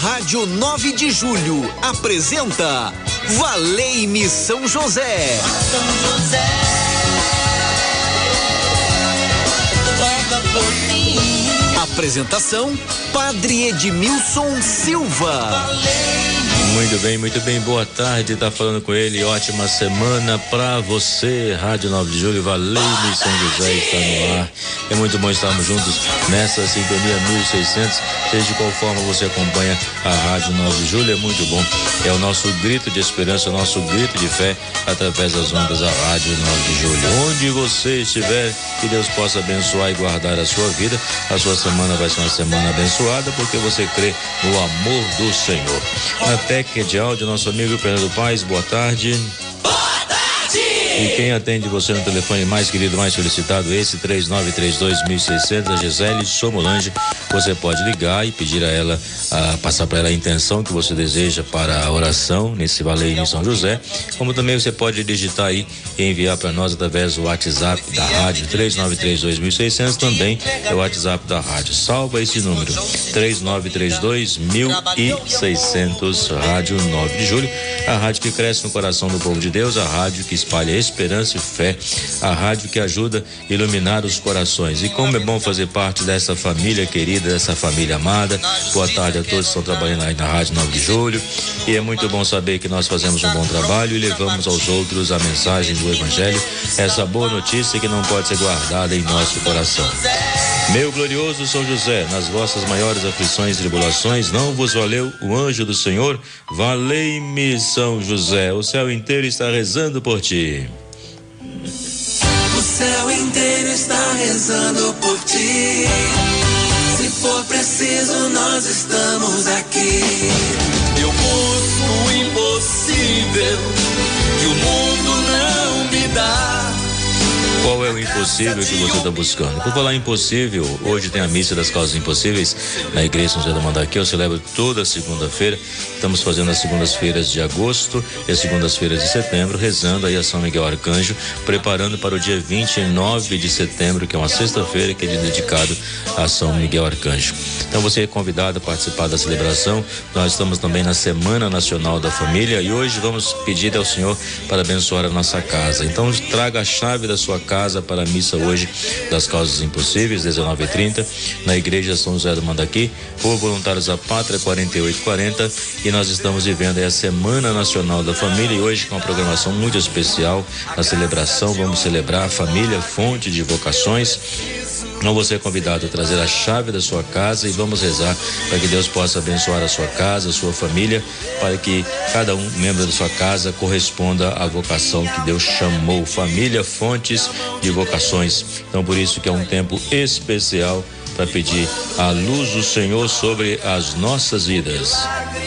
Rádio 9 de Julho apresenta Valei-me São José. São José, roga por mim. Apresentação, Padre Edmilson Silva. Muito bem, boa tarde, tá falando com ele, ótima semana pra você, Rádio 9 de Julho, Valei-me São José está no ar, é muito bom estarmos juntos nessa sintonia 1600, seja de qual forma você acompanha a Rádio 9 de Julho, é muito bom, é o nosso grito de esperança, o nosso grito de fé, através das ondas da Rádio 9 de Julho, onde você estiver, que Deus possa abençoar e guardar a sua vida, a sua semana vai ser uma semana abençoada, porque você crê no amor do Senhor. Na técnica de áudio, nosso amigo Fernando Paes, boa tarde. Boa tarde! E quem atende você no telefone mais querido, mais solicitado, esse 3932.600, a Gisele Somolange, você pode ligar e pedir a ela, passar para ela a intenção que você deseja para a oração nesse Valei-me São José, como também você pode digitar aí e enviar para nós através do WhatsApp da rádio 3932.600, também é o WhatsApp da rádio, salva esse número 3932.600, Rádio 9 de Julho, a rádio que cresce no coração do povo de Deus, a rádio que espalha esperança e fé, a rádio que ajuda a iluminar os corações. E como é bom fazer parte dessa família querida, dessa família amada. Boa tarde a todos que estão trabalhando aí na Rádio 9 de Julho, e é muito bom saber que nós fazemos um bom trabalho e levamos aos outros a mensagem do Evangelho, essa boa notícia que não pode ser guardada em nosso coração. Meu glorioso São José, nas vossas maiores aflições e tribulações, não vos valeu o anjo do Senhor? Valei-me São José, o céu inteiro está rezando por ti. O céu inteiro está rezando por ti. Se for preciso, nós estamos aqui. Eu busco o impossível que o mundo não me dá. Qual é o impossível que você está buscando? Por falar impossível, hoje tem a missa das causas impossíveis na Igreja São José do Mandaquil. Eu celebro toda segunda-feira. Estamos fazendo as segundas-feiras de agosto e as segundas-feiras de setembro, rezando aí a São Miguel Arcanjo, preparando para o dia 29 de setembro, que é uma sexta-feira, que é dedicado a São Miguel Arcanjo. Então você é convidado a participar da celebração. Nós estamos também na Semana Nacional da Família e hoje vamos pedir ao Senhor para abençoar a nossa casa. Então traga a chave da sua casa para a missa hoje das causas impossíveis, 19h30, na Igreja São José do Mandaqui, por Voluntários da Pátria, 4840, e nós estamos vivendo aí a Semana Nacional da Família e hoje com uma programação muito especial. Na celebração vamos celebrar a família, fonte de vocações. Então você é convidado a trazer a chave da sua casa e vamos rezar para que Deus possa abençoar a sua casa, a sua família, para que cada membro da sua casa corresponda à vocação que Deus chamou. Família, fontes de vocações. Então por isso que é um tempo especial para pedir a luz do Senhor sobre as nossas vidas.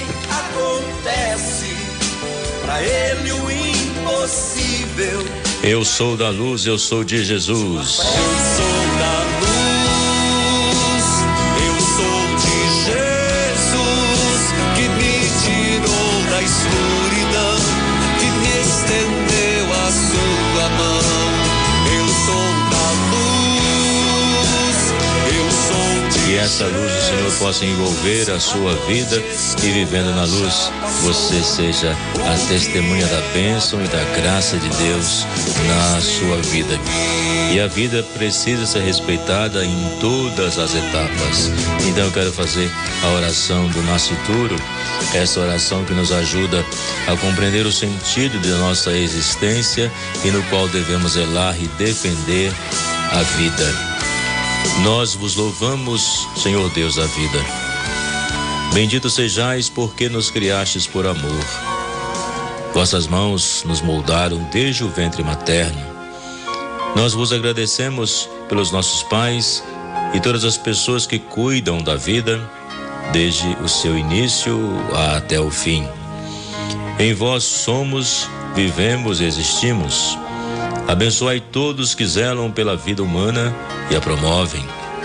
Acontece para ele o impossível. Eu sou da luz, eu sou de Jesus. Eu sou da luz, eu sou de Jesus, que me tirou da escuridão, que me estendeu a sua mão. Eu sou da luz, eu sou de Que essa luz do Senhor possa envolver a sua vida e vivendo na luz, você seja a testemunha da bênção e da graça de Deus na sua vida. E a vida precisa ser respeitada em todas as etapas. Então eu quero fazer a oração do nascituro, essa oração que nos ajuda a compreender o sentido da nossa existência e no qual devemos zelar e defender a vida. Nós vos louvamos, Senhor Deus da vida. Bendito sejais porque nos criastes por amor. Vossas mãos nos moldaram desde o ventre materno. Nós vos agradecemos pelos nossos pais e todas as pessoas que cuidam da vida desde o seu início até o fim. Em vós somos, vivemos e existimos. Abençoai todos que zelam pela vida humana e a promovem.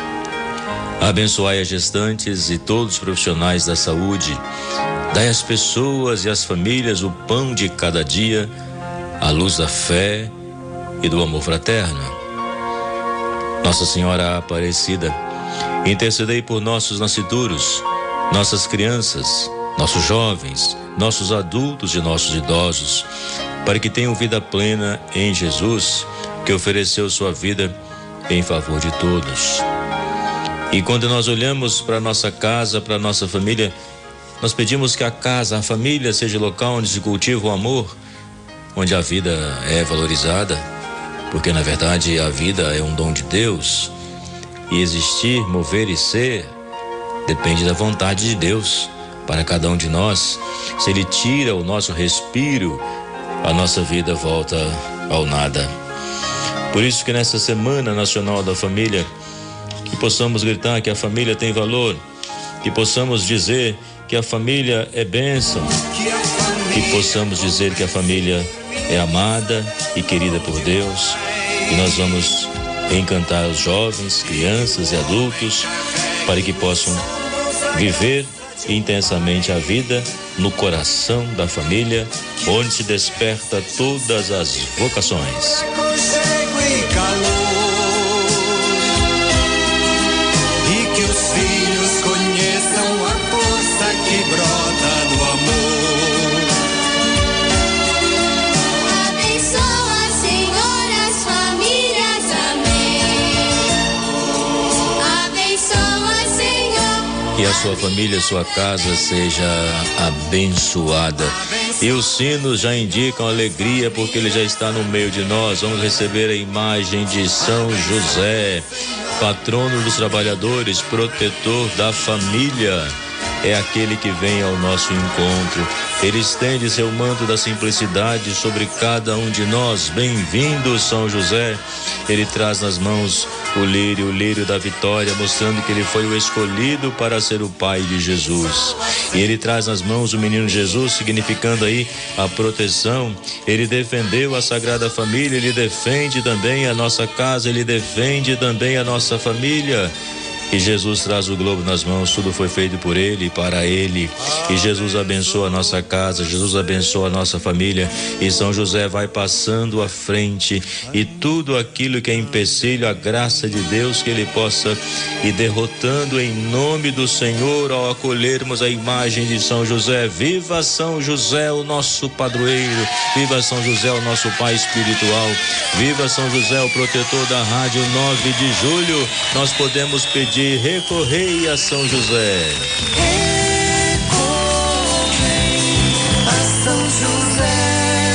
Abençoai as gestantes e todos os profissionais da saúde. Dai às pessoas e às famílias o pão de cada dia, a luz da fé e do amor fraterno. Nossa Senhora Aparecida, intercedei por nossos nascituros, nossas crianças, nossos jovens, nossos adultos e nossos idosos, para que tenham vida plena em Jesus, que ofereceu sua vida em favor de todos. E quando nós olhamos para nossa casa, para nossa família, nós pedimos que a casa, a família seja o local onde se cultiva o amor, onde a vida é valorizada, porque na verdade a vida é um dom de Deus, e existir, mover e ser depende da vontade de Deus para cada um de nós. Se Ele tira o nosso respiro, a nossa vida volta ao nada. Por isso que nessa Semana Nacional da Família, que possamos gritar que a família tem valor, que possamos dizer que a família é bênção, que possamos dizer que a família é amada e querida por Deus. E nós vamos encantar os jovens, crianças e adultos para que possam viver intensamente a vida no coração da família, onde se desperta todas as vocações. E que os filhos conheçam a força que brota do amor. Abençoa, Senhor, as famílias, amém. Abençoa, Senhor. Que a sua família, sua casa seja abençoada. E os sinos já indicam alegria, porque ele já está no meio de nós. Vamos receber a imagem de São José, patrono dos trabalhadores, protetor da família. É aquele que vem ao nosso encontro. Ele estende seu manto da simplicidade sobre cada um de nós. Bem-vindo, São José. Ele traz nas mãos o lírio da vitória, mostrando que ele foi o escolhido para ser o pai de Jesus. E ele traz nas mãos o menino Jesus, significando aí a proteção. Ele defendeu a Sagrada Família, ele defende também a nossa casa, ele defende também a nossa família. E Jesus traz o globo nas mãos, tudo foi feito por Ele e para Ele. E Jesus abençoa a nossa casa, Jesus abençoa a nossa família. E São José vai passando à frente. E tudo aquilo que é empecilho, a graça de Deus, que Ele possa ir derrotando em nome do Senhor, ao acolhermos a imagem de São José. Viva São José, o nosso padroeiro. Viva São José, o nosso Pai espiritual. Viva São José, o protetor da Rádio 9 de Julho. Nós podemos pedir: recorrei a São José. Recorrei a São José,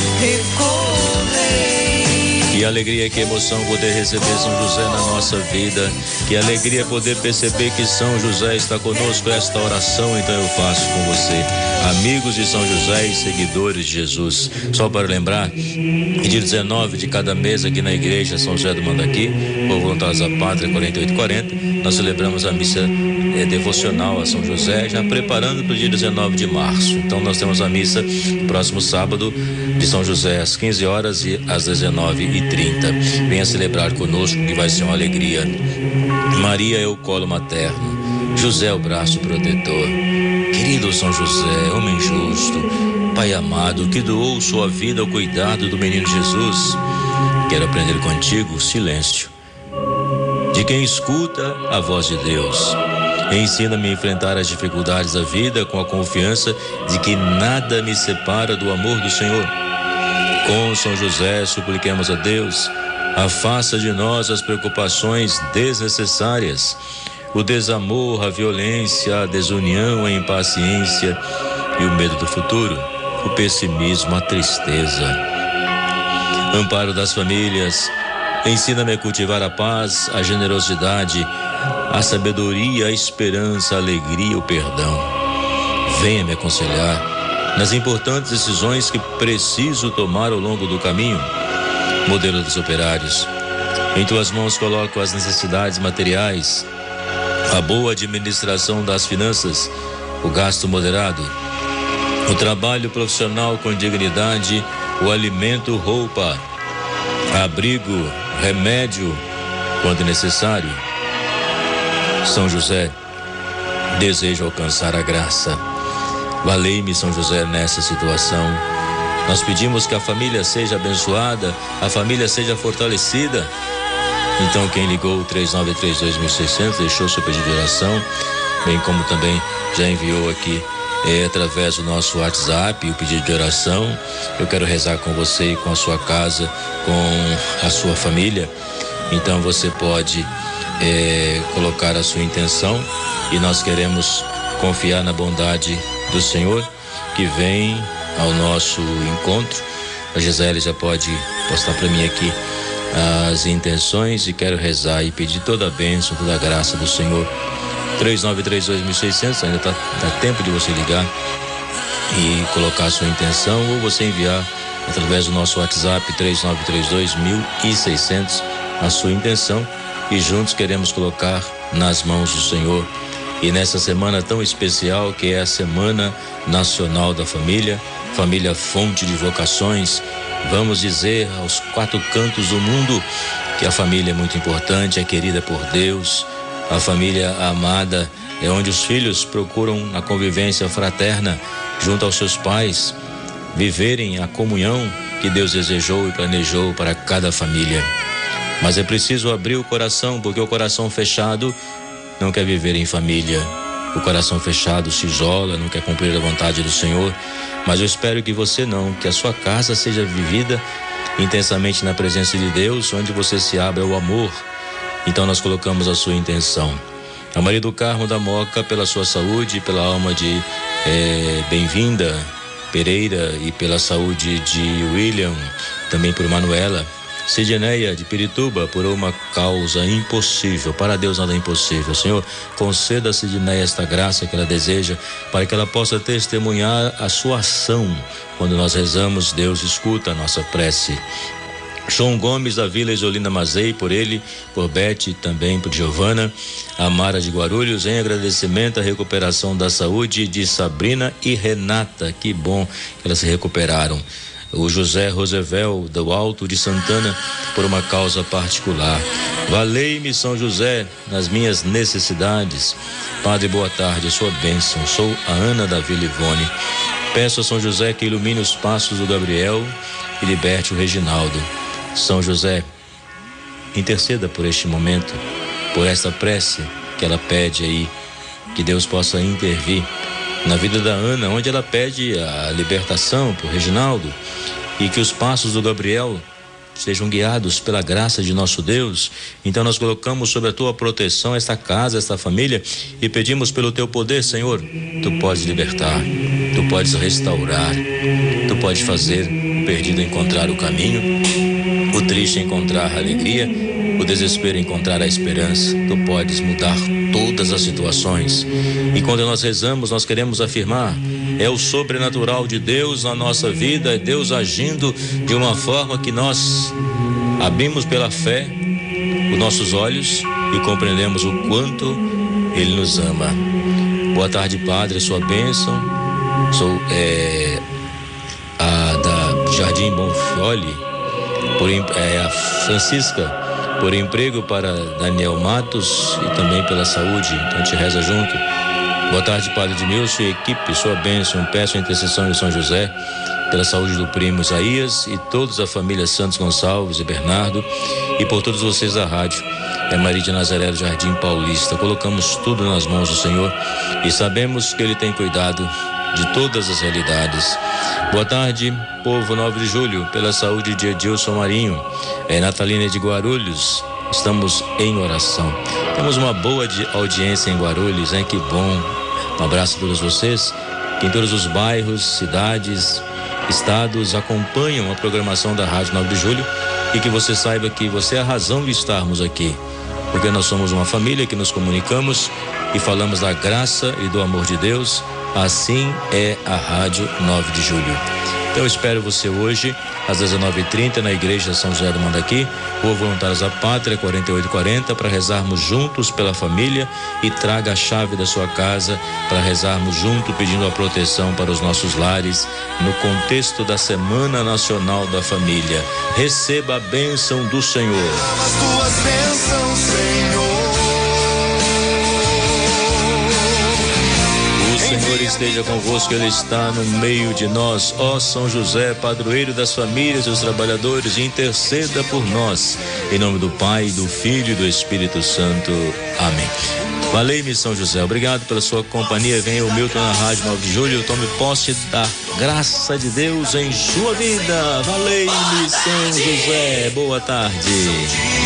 recorrei. Que alegria, que emoção poder receber São José na nossa vida. Que alegria poder perceber que São José está conosco. Esta oração então eu faço com você, amigos de São José e seguidores de Jesus. Só para lembrar, dia 19 de cada mês aqui na igreja São José do Mandaqui, por Voluntários da Pátria 4840, nós celebramos a missa devocional a São José, já preparando para o dia 19 de março. Então nós temos a missa próximo sábado de São José às 15 horas e às 19h30. Venha celebrar conosco, que vai ser uma alegria. Maria é o colo materno, José é o braço protetor. Querido São José, homem justo, Pai amado, que doou sua vida ao cuidado do menino Jesus, quero aprender contigo o silêncio de quem escuta a voz de Deus. Ensina-me a enfrentar as dificuldades da vida com a confiança de que nada me separa do amor do Senhor. Com São José, supliquemos a Deus, afasta de nós as preocupações desnecessárias, o desamor, a violência, a desunião, a impaciência e o medo do futuro, o pessimismo, a tristeza. Amparo das famílias, ensina-me a cultivar a paz, a generosidade, a sabedoria, a esperança, a alegria, o perdão. Venha me aconselhar nas importantes decisões que preciso tomar ao longo do caminho. Modelo dos operários, em tuas mãos coloco as necessidades materiais, a boa administração das finanças, o gasto moderado, o trabalho profissional com dignidade, o alimento, roupa, abrigo, remédio, quando necessário. São José, desejo alcançar a graça. Valei-me, São José, nessa situação. Nós pedimos que a família seja abençoada, a família seja fortalecida. Então quem ligou o 3932.600 deixou seu pedido de oração, bem como também já enviou aqui através do nosso WhatsApp o pedido de oração. Eu quero rezar com você e com a sua casa, com a sua família. Então você pode colocar a sua intenção, e nós queremos confiar na bondade do Senhor que vem ao nosso encontro. A Gisele já pode postar para mim aqui as intenções, e quero rezar e pedir toda a bênção, toda a graça do Senhor. 3932.600, ainda dá tempo de você ligar e colocar a sua intenção, ou você enviar através do nosso WhatsApp 3932.600 a sua intenção, e juntos queremos colocar nas mãos do Senhor. E nessa semana tão especial, que é a Semana Nacional da Família, família fonte de vocações, vamos dizer aos 4 cantos do mundo que a família é muito importante, é querida por Deus. A família amada é onde os filhos procuram a convivência fraterna junto aos seus pais, viverem a comunhão que Deus desejou e planejou para cada família. Mas é preciso abrir o coração, porque o coração fechado não quer viver em família. O coração fechado se isola, não quer cumprir a vontade do Senhor. Mas eu espero que você não, que a sua casa seja vivida intensamente na presença de Deus, onde você se abre ao amor. Então nós colocamos a sua intenção. A Maria do Carmo da Moca, pela sua saúde, pela alma de Bem-vinda Pereira, e pela saúde de William, também por Manuela. Sidneia de Pirituba, por uma causa impossível. Para Deus nada é impossível. Senhor, conceda a Sidneia esta graça que ela deseja, para que ela possa testemunhar a sua ação. Quando nós rezamos, Deus escuta a nossa prece. João Gomes da Vila Isolina Mazei, por ele, por Bete, também por Giovana. Amara de Guarulhos, em agradecimento à recuperação da saúde de Sabrina e Renata. Que bom que elas se recuperaram. O José Rosevel do Alto de Santana, por uma causa particular. Valei-me, São José, nas minhas necessidades. Padre, boa tarde, a sua bênção. Sou a Ana da Vila Ivone. Peço a São José que ilumine os passos do Gabriel e liberte o Reginaldo. São José, interceda por este momento, por esta prece que ela pede aí, que Deus possa intervir na vida da Ana, onde ela pede a libertação por Reginaldo, e que os passos do Gabriel sejam guiados pela graça de nosso Deus. Então nós colocamos sob a tua proteção esta casa, esta família, e pedimos pelo teu poder, Senhor. Tu podes libertar, tu podes restaurar, tu podes fazer o perdido encontrar o caminho, o triste encontrar a alegria, o desespero encontrar a esperança. Tu podes mudar todas as situações. E quando nós rezamos, nós queremos afirmar: é o sobrenatural de Deus na nossa vida, é Deus agindo de uma forma que nós abrimos pela fé os nossos olhos e compreendemos o quanto Ele nos ama. Boa tarde, Padre, a sua bênção. Sou a da Jardim Bonfioli, a Francisca, por emprego, para Daniel Matos e também pela saúde. Então a gente reza junto. Boa tarde, Padre Edmilson e equipe, sua bênção. Peço a intercessão de São José pela saúde do primo Isaías e toda a família Santos Gonçalves e Bernardo, e por todos vocês da rádio. É Maria de Nazaré do Jardim Paulista. Colocamos tudo nas mãos do Senhor e sabemos que Ele tem cuidado de todas as realidades. Boa tarde, povo 9 de julho, pela saúde de Edilson Marinho, Natalina de Guarulhos. Estamos em oração. Temos uma boa audiência em Guarulhos, hein? Que bom. Um abraço a todos vocês que em todos os bairros, cidades, estados acompanham a programação da Rádio 9 de Julho, e que você saiba que você é a razão de estarmos aqui, porque nós somos uma família que nos comunicamos e falamos da graça e do amor de Deus. Assim é a Rádio 9 de Julho. Então eu espero você hoje às 19h30 na Igreja São José do Mandaqui, Rua Voluntários da Pátria, 4840, para rezarmos juntos pela família, e traga a chave da sua casa para rezarmos junto, pedindo a proteção para os nossos lares no contexto da Semana Nacional da Família. Receba a bênção do Senhor. As tuas bênçãos, Senhor. O Senhor esteja convosco, Ele está no meio de nós. Ó São José, padroeiro das famílias e dos trabalhadores, interceda por nós. Em nome do Pai, do Filho e do Espírito Santo. Amém. Valei-me São José, obrigado pela sua companhia. Venha o Milton na Rádio 9 de Julho, tome posse da graça de Deus em sua vida. Valei-me São José, boa tarde.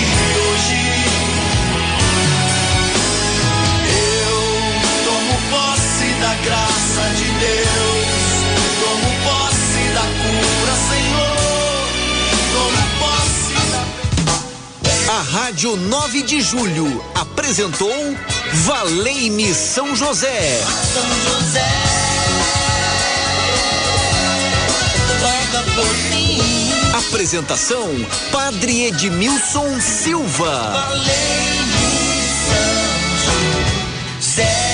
Da graça de Deus, tomo posse da cura, Senhor, tomo posse da... A Rádio 9 de Julho apresentou Valei-me São José. São José, roga por mim. Apresentação, Padre Edmilson Silva. Valei-me São José.